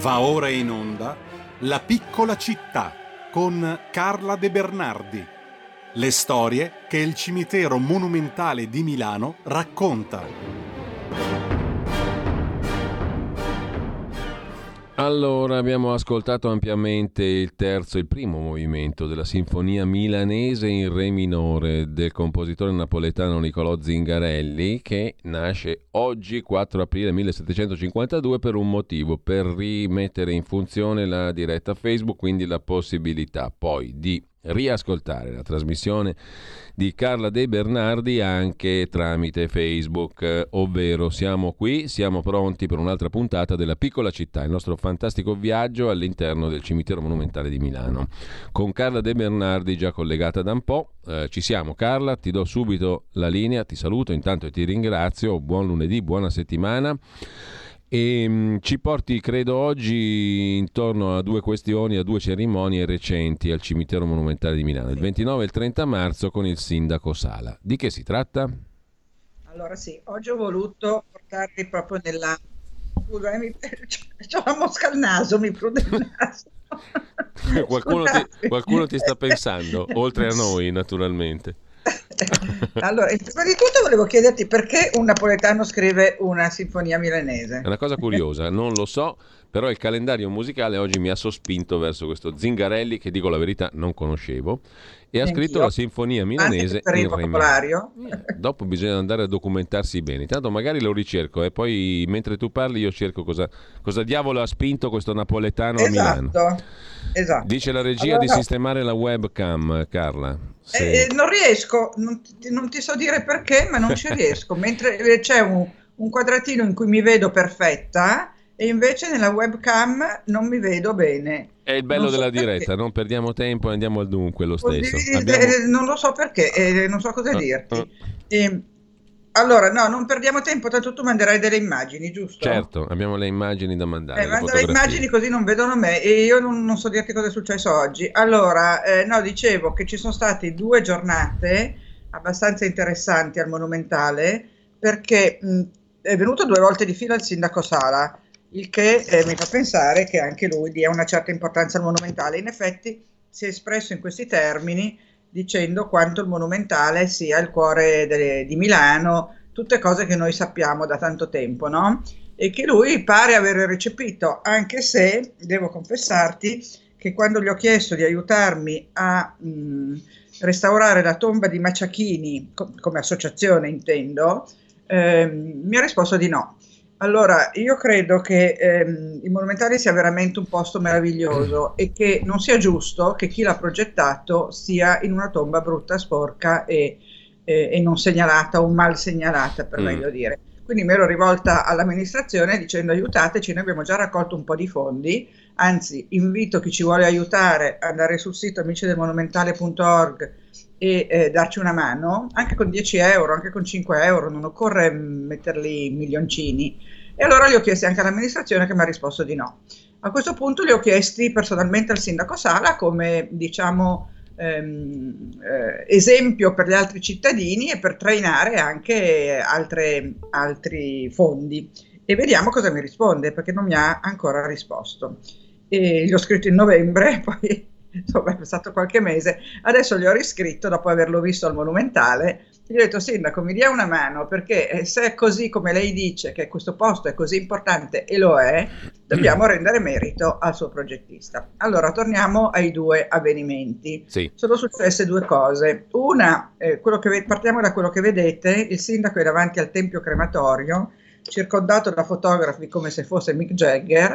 Va ora in onda La piccola città con Carla De Bernardi. Le storie che il cimitero monumentale di Milano racconta. Allora, abbiamo ascoltato ampiamente il primo movimento della Sinfonia milanese in re minore del compositore napoletano Niccolò Zingarelli, che nasce oggi 4 aprile 1752 per un motivo: per rimettere in funzione la diretta Facebook, quindi la possibilità poi di riascoltare la trasmissione di Carla De Bernardi anche tramite Facebook, ovvero siamo qui, siamo pronti per un'altra puntata della Piccola Città, il nostro fantastico viaggio all'interno del cimitero monumentale di Milano, con Carla De Bernardi già collegata da un po'. Ci siamo, Carla, ti do subito la linea, ti saluto intanto e ti ringrazio, buon lunedì, buona settimana. E ci porti, credo, oggi intorno a due questioni, a due cerimonie recenti al cimitero monumentale di Milano, il 29 e il 30 marzo, con il sindaco Sala. Di che si tratta? Allora sì, oggi ho voluto portarvi proprio nella... C'ho la mosca al naso, mi prude il naso. Qualcuno ti sta pensando, oltre a noi naturalmente. Allora, prima di tutto volevo chiederti perché un napoletano scrive una sinfonia milanese. È una cosa curiosa, non lo so, però il calendario musicale oggi mi ha sospinto verso questo Zingarelli, che dico la verità non conoscevo, e ha scritto la sinfonia milanese in re minore. Dopo bisogna andare a documentarsi bene. Tanto magari lo ricerco e poi mentre tu parli io cerco cosa diavolo ha spinto questo napoletano a Milano. Esatto. Dice la regia di sistemare la webcam, Carla. Non riesco, non ti so dire perché, ma non ci riesco. Mentre c'è un quadratino in cui mi vedo perfetta e invece nella webcam non mi vedo bene. È il bello della diretta, non perdiamo tempo e andiamo al dunque lo stesso. Non lo so perché, non so cosa dirti. Allora, no, non perdiamo tempo, tanto tu manderai delle immagini, giusto? Certo, abbiamo le immagini da mandare. Manda le immagini così non vedono me e io non so dirti cosa è successo oggi. Allora, no, dicevo che ci sono state 2 giornate abbastanza interessanti al Monumentale, perché è venuto 2 volte di fila il sindaco Sala, il che mi fa pensare che anche lui dia una certa importanza al Monumentale. In effetti si è espresso in questi termini, dicendo quanto il Monumentale sia il cuore di Milano, tutte cose che noi sappiamo da tanto tempo, no? E che lui pare aver recepito, anche se devo confessarti che quando gli ho chiesto di aiutarmi a restaurare la tomba di Maciachini, come associazione intendo, mi ha risposto di no. Allora, io credo che il Monumentale sia veramente un posto meraviglioso e che non sia giusto che chi l'ha progettato sia in una tomba brutta, sporca e non segnalata o mal segnalata, per meglio dire. Quindi mi ero rivolta all'amministrazione dicendo: aiutateci, noi abbiamo già raccolto un po' di fondi, anzi invito chi ci vuole aiutare ad andare sul sito amicidelmonumentale.org e darci una mano, anche con 10 euro, anche con 5 euro, non occorre metterli milioncini. E allora gli ho chiesti anche all'amministrazione, che mi ha risposto di no. A questo punto li ho chiesti personalmente al sindaco Sala come, diciamo, esempio per gli altri cittadini e per trainare anche altri fondi. E vediamo cosa mi risponde, perché non mi ha ancora risposto. E gli ho scritto in novembre, poi insomma è passato qualche mese, adesso gli ho riscritto dopo averlo visto al Monumentale. Gli ho detto: sindaco, mi dia una mano, perché se è così come lei dice che questo posto è così importante, e lo è, dobbiamo rendere merito al suo progettista. Allora torniamo ai 2 avvenimenti. Sì. Sono successe 2 cose. Una, partiamo da quello che vedete: il sindaco è davanti al tempio crematorio, circondato da fotografi come se fosse Mick Jagger,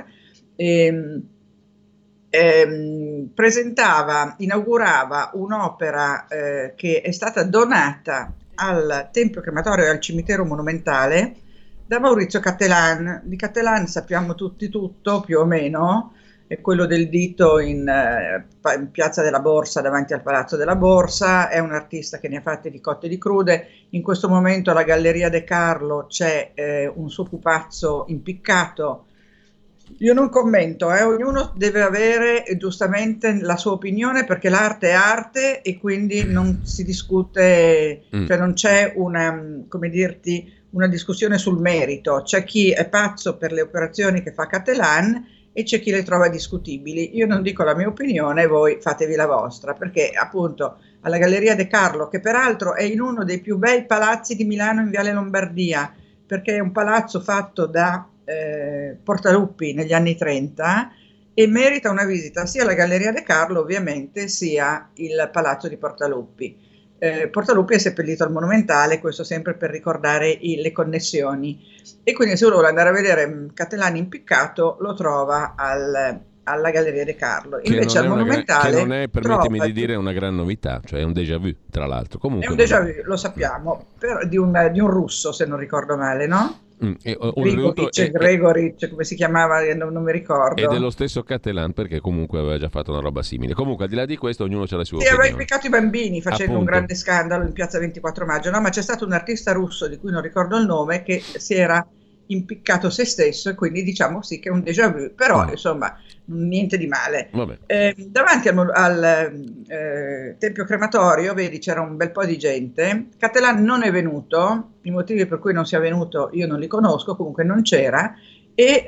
inaugurava un'opera che è stata donata al Tempio Crematorio e al Cimitero Monumentale da Maurizio Cattelan. Di Cattelan sappiamo tutti tutto, più o meno, è quello del dito in Piazza della Borsa, davanti al Palazzo della Borsa. È un artista che ne ha fatte di cotte e di crude. In questo momento alla Galleria De Carlo c'è un suo pupazzo impiccato. Io non commento, ognuno deve avere giustamente la sua opinione, perché l'arte è arte e quindi non si discute, cioè non c'è una discussione sul merito. C'è chi è pazzo per le operazioni che fa Cattelan e c'è chi le trova discutibili. Io non dico la mia opinione, voi fatevi la vostra, perché appunto alla Galleria De Carlo, che peraltro è in uno dei più bei palazzi di Milano in Viale Lombardia, perché è un palazzo fatto da Portaluppi negli anni 30 e merita una visita sia alla Galleria De Carlo ovviamente sia il Palazzo di Portaluppi. Portaluppi è seppellito al Monumentale, questo sempre per ricordare le connessioni, e quindi se uno vuole andare a vedere Catellani impiccato lo trova alla Galleria De Carlo, invece al Monumentale che non è, permettimi di dire, una gran novità, cioè è un déjà vu, tra l'altro. Comunque, è un déjà vu, lo sappiamo, di un russo, se non ricordo male, no? Gregoric, come si chiamava, non mi ricordo. Ed è lo stesso Cattelan, perché comunque aveva già fatto una roba simile. Comunque, al di là di questo, ognuno ha le sue opinioni. Aveva impiccato i bambini facendo un grande scandalo in piazza 24 maggio, no? Ma c'è stato un artista russo di cui non ricordo il nome che si era impiccato se stesso, e quindi diciamo sì che è un déjà vu, però insomma niente di male. Davanti al Tempio Crematorio, vedi, c'era un bel po' di gente. Cattelan non è venuto, i motivi per cui non sia venuto io non li conosco, comunque non c'era, e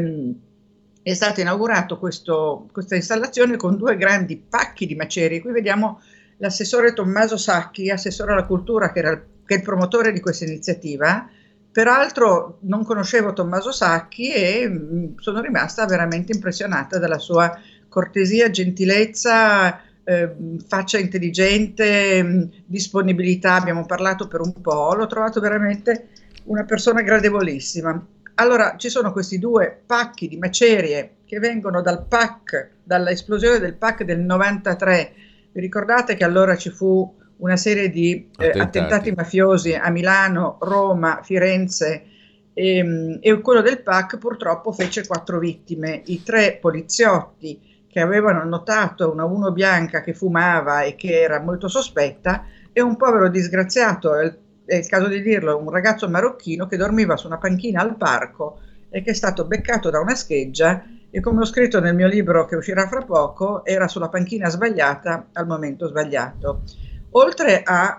è stato inaugurato questa installazione con 2 grandi pacchi di macerie. Qui vediamo l'assessore Tommaso Sacchi, assessore alla cultura, che è il promotore di questa iniziativa. Peraltro non conoscevo Tommaso Sacchi e sono rimasta veramente impressionata dalla sua cortesia, gentilezza, faccia intelligente, disponibilità. Abbiamo parlato per un po', l'ho trovato veramente una persona gradevolissima. Allora, ci sono questi 2 pacchi di macerie che vengono dall'esplosione del PAC del 93. Vi ricordate che allora ci fu una serie di attentati mafiosi a Milano, Roma, Firenze, e quello del PAC purtroppo fece 4 vittime. I 3 poliziotti che avevano notato una uno bianca che fumava e che era molto sospetta, e un povero disgraziato, è il caso di dirlo, un ragazzo marocchino che dormiva su una panchina al parco e che è stato beccato da una scheggia, e come ho scritto nel mio libro che uscirà fra poco, era sulla panchina sbagliata al momento sbagliato. Oltre a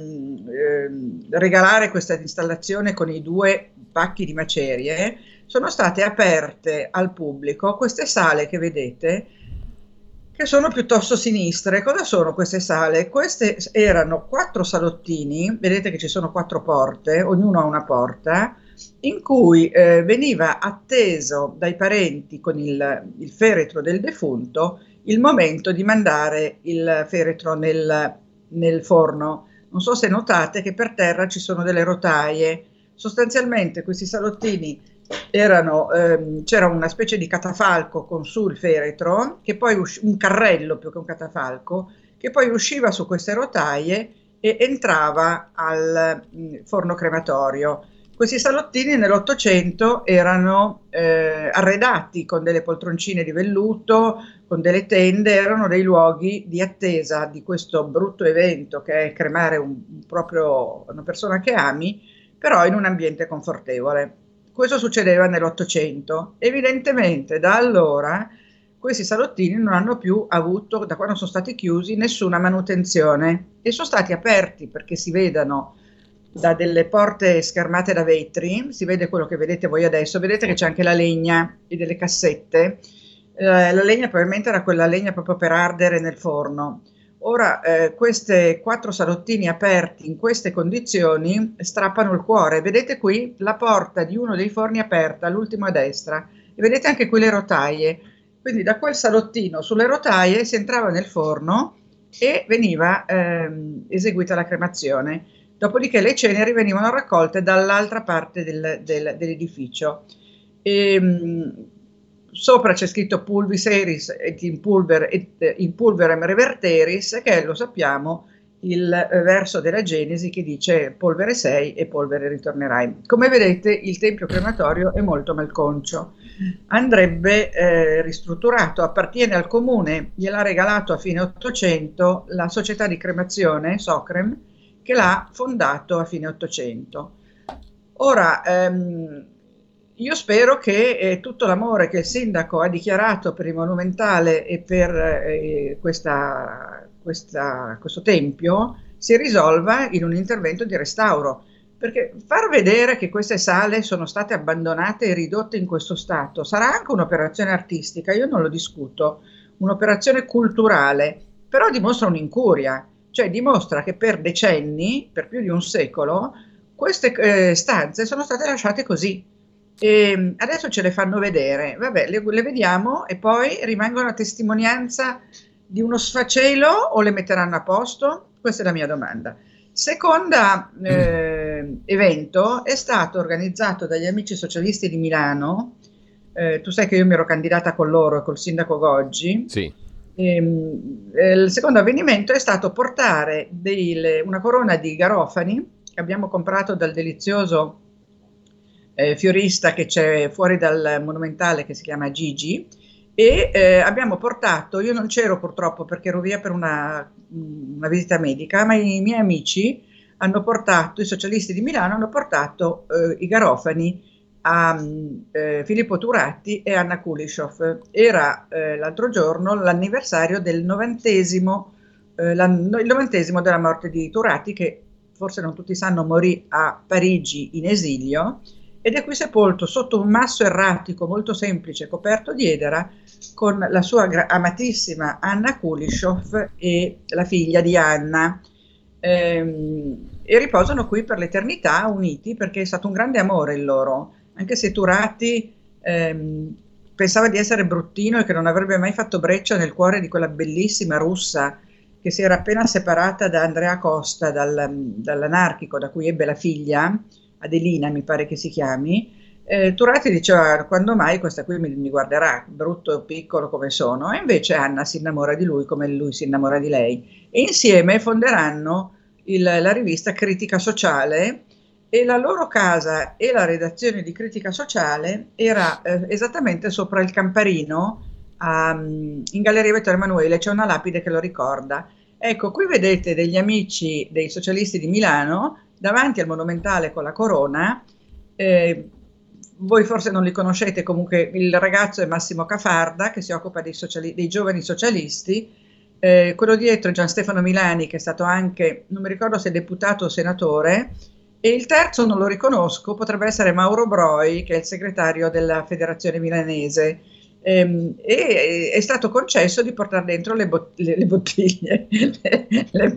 regalare questa installazione con i 2 pacchi di macerie, sono state aperte al pubblico queste sale che vedete, che sono piuttosto sinistre. Cosa sono queste sale? Queste erano 4 salottini, vedete che ci sono 4 porte, ognuno ha una porta, in cui veniva atteso dai parenti con il feretro del defunto il momento di mandare il feretro nel forno. Non so se notate che per terra ci sono delle rotaie. Sostanzialmente questi salottini c'era una specie di catafalco con su il feretro, che poi un carrello più che un catafalco, che poi usciva su queste rotaie e entrava al forno crematorio. Questi salottini nell'Ottocento erano arredati con delle poltroncine di velluto, con delle tende, erano dei luoghi di attesa di questo brutto evento che è cremare proprio una persona che ami, però in un ambiente confortevole. Questo succedeva nell'Ottocento. Evidentemente da allora questi salottini non hanno più avuto, da quando sono stati chiusi, nessuna manutenzione, e sono stati aperti perché si vedano da delle porte schermate da vetri. Si vede quello che vedete voi adesso, vedete che c'è anche la legna e delle cassette. La legna probabilmente era quella legna proprio per ardere nel forno. Ora queste 4 salottini aperti in queste condizioni strappano il cuore. Vedete qui la porta di uno dei forni aperta, l'ultimo a destra, e vedete anche qui le rotaie. Quindi da quel salottino sulle rotaie si entrava nel forno e veniva eseguita la cremazione. Dopodiché le ceneri venivano raccolte dall'altra parte dell'edificio. Sopra c'è scritto pulvis eris et in pulverem reverteris, che è, lo sappiamo, il verso della Genesi che dice polvere sei e polvere ritornerai. Come vedete il tempio crematorio è molto malconcio, andrebbe ristrutturato, appartiene al comune, gliel'ha regalato a fine 800 la società di cremazione Socrem, che l'ha fondato a fine 800. Ora, io spero che tutto l'amore che il sindaco ha dichiarato per il Monumentale e per questo tempio si risolva in un intervento di restauro, perché far vedere che queste sale sono state abbandonate e ridotte in questo stato sarà anche un'operazione artistica, io non lo discuto, un'operazione culturale, però dimostra un'incuria, cioè dimostra che per decenni, per più di un secolo, queste stanze sono state lasciate così. E adesso ce le fanno vedere, vabbè, le vediamo e poi rimangono a testimonianza di uno sfacelo o le metteranno a posto? Questa è la mia domanda. Seconda evento è stato organizzato dagli amici socialisti di Milano. Tu sai che io mi ero candidata con loro e col sindaco Goggi. Sì. Il secondo avvenimento è stato portare una corona di garofani che abbiamo comprato dal delizioso fiorista che c'è fuori dal Monumentale, che si chiama Gigi, e abbiamo portato, io non c'ero purtroppo perché ero via per una visita medica, ma i miei amici hanno portato, i socialisti di Milano hanno portato i garofani a Filippo Turati e Anna Kulishov. Era l'altro giorno l'anniversario del il 90° della morte di Turati, che forse non tutti sanno morì a Parigi in esilio, ed è qui sepolto sotto un masso erratico molto semplice coperto di edera con la sua amatissima Anna Kulishov e la figlia di Anna, e riposano qui per l'eternità uniti, perché è stato un grande amore il loro, anche se Turati pensava di essere bruttino e che non avrebbe mai fatto breccia nel cuore di quella bellissima russa che si era appena separata da Andrea Costa, dall'anarchico da cui ebbe la figlia, Adelina mi pare che si chiami. Turati diceva: quando mai questa qui mi guarderà, brutto e piccolo come sono, e invece Anna si innamora di lui come lui si innamora di lei, e insieme fonderanno la rivista Critica Sociale, e la loro casa e la redazione di Critica Sociale era esattamente sopra il Camparino in Galleria Vittorio Emanuele, c'è una lapide che lo ricorda. Ecco, qui vedete degli amici dei socialisti di Milano davanti al Monumentale con la corona. Voi forse non li conoscete, comunque il ragazzo è Massimo Cafarda, che si occupa dei giovani socialisti, quello dietro è Gian Stefano Milani, che è stato anche, non mi ricordo se deputato o senatore, e il terzo non lo riconosco, potrebbe essere Mauro Broi, che è il segretario della Federazione Milanese. E è stato concesso di portare dentro le bottiglie, le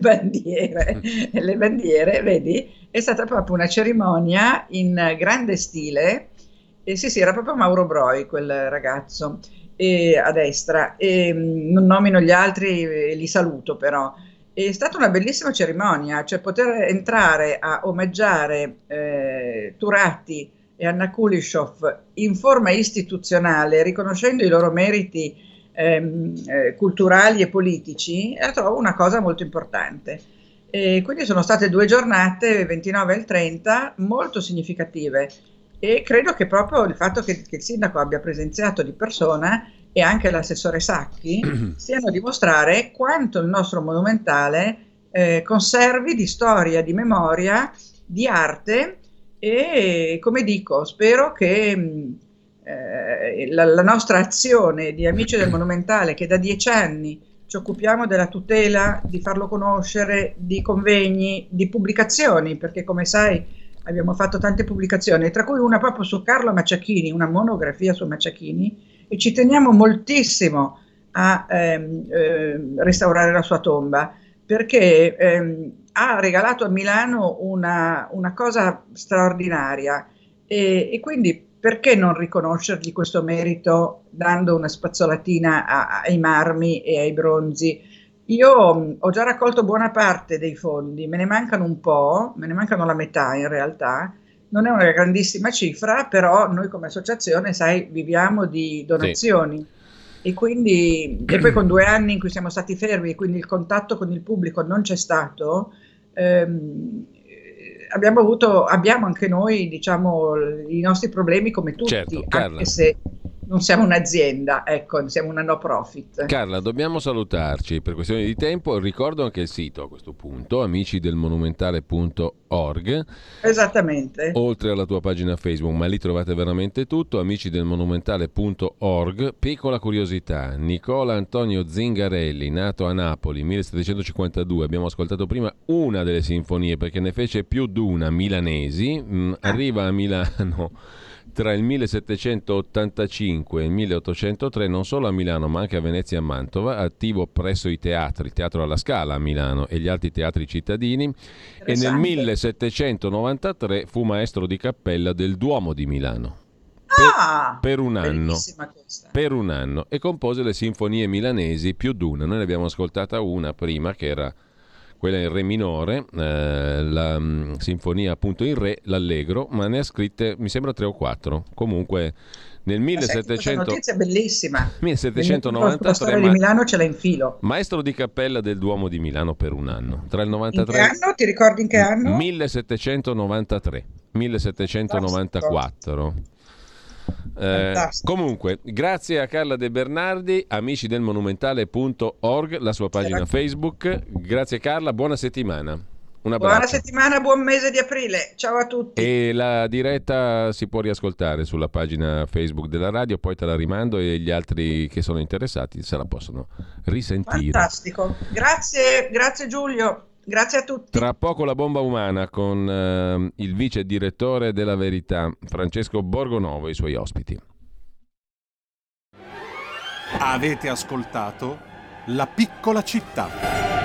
bandiere, vedi? È stata proprio una cerimonia in grande stile, e sì, era proprio Mauro Broi quel ragazzo, a destra, e non nomino gli altri, li saluto però. È stata una bellissima cerimonia, cioè poter entrare a omaggiare Turati e Anna Kulishov in forma istituzionale, riconoscendo i loro meriti culturali e politici, la trovo una cosa molto importante. E quindi sono state 2 giornate, il 29 e il 30, molto significative, e credo che proprio il fatto che il sindaco abbia presenziato di persona e anche l'assessore Sacchi stiano a dimostrare quanto il nostro Monumentale conservi di storia, di memoria, di arte. E come dico, spero che la nostra azione di Amici del Monumentale, che da 10 anni ci occupiamo della tutela, di farlo conoscere, di convegni, di pubblicazioni, perché come sai abbiamo fatto tante pubblicazioni, tra cui una proprio su Carlo Macciachini, una monografia su Macciachini, e ci teniamo moltissimo a restaurare la sua tomba, perché ha regalato a Milano una cosa straordinaria, e quindi perché non riconoscergli questo merito dando una spazzolatina ai marmi e ai bronzi? Io ho già raccolto buona parte dei fondi, me ne mancano un po', me ne mancano la metà in realtà, non è una grandissima cifra, però noi come associazione, sai, viviamo di donazioni. Sì. E poi con 2 anni in cui siamo stati fermi e quindi il contatto con il pubblico non c'è stato, abbiamo anche noi, diciamo, i nostri problemi come tutti, certo, anche se non siamo un'azienda, ecco, siamo una no profit. Carla, dobbiamo salutarci per questione di tempo. Ricordo anche il sito a questo punto, amicidelmonumentale.org. www.amici-del-monumentale.org. Esattamente. Oltre alla tua pagina Facebook, ma lì trovate veramente tutto, amicidelmonumentale.org. Piccola curiosità, Nicola Antonio Zingarelli, nato a Napoli 1752, abbiamo ascoltato prima una delle sinfonie perché ne fece più di una milanesi, arriva a Milano tra il 1785 e il 1803, non solo a Milano ma anche a Venezia e a Mantova, attivo presso i teatri, il Teatro alla Scala a Milano e gli altri teatri cittadini, e nel 1793 fu maestro di cappella del Duomo di Milano. Per un anno. Per un anno. E compose le sinfonie milanesi più di una. Noi ne abbiamo ascoltata una prima che era quella in re minore, la sinfonia appunto in re, l'allegro, ma ne ha scritte mi sembra 3 o 4. Comunque nel 1700... notizia bellissima. 1793 la storia di Milano ce l'ha in filo. Maestro di cappella del Duomo di Milano per un anno. Tra il 93... In che anno? Ti ricordi in che anno? 1793. 1794. Comunque, grazie a Carla De Bernardi, amicidelmonumentale.org, la sua pagina Facebook. Grazie Carla, buona settimana. Un abbraccio. Buona settimana, buon mese di aprile. Ciao a tutti. E la diretta si può riascoltare sulla pagina Facebook della radio, poi te la rimando e gli altri che sono interessati se la possono risentire. Fantastico. Grazie Giulio. Grazie a tutti. Tra poco la bomba umana con il vice direttore della Verità, Francesco Borgonovo, e i suoi ospiti. Avete ascoltato La piccola città.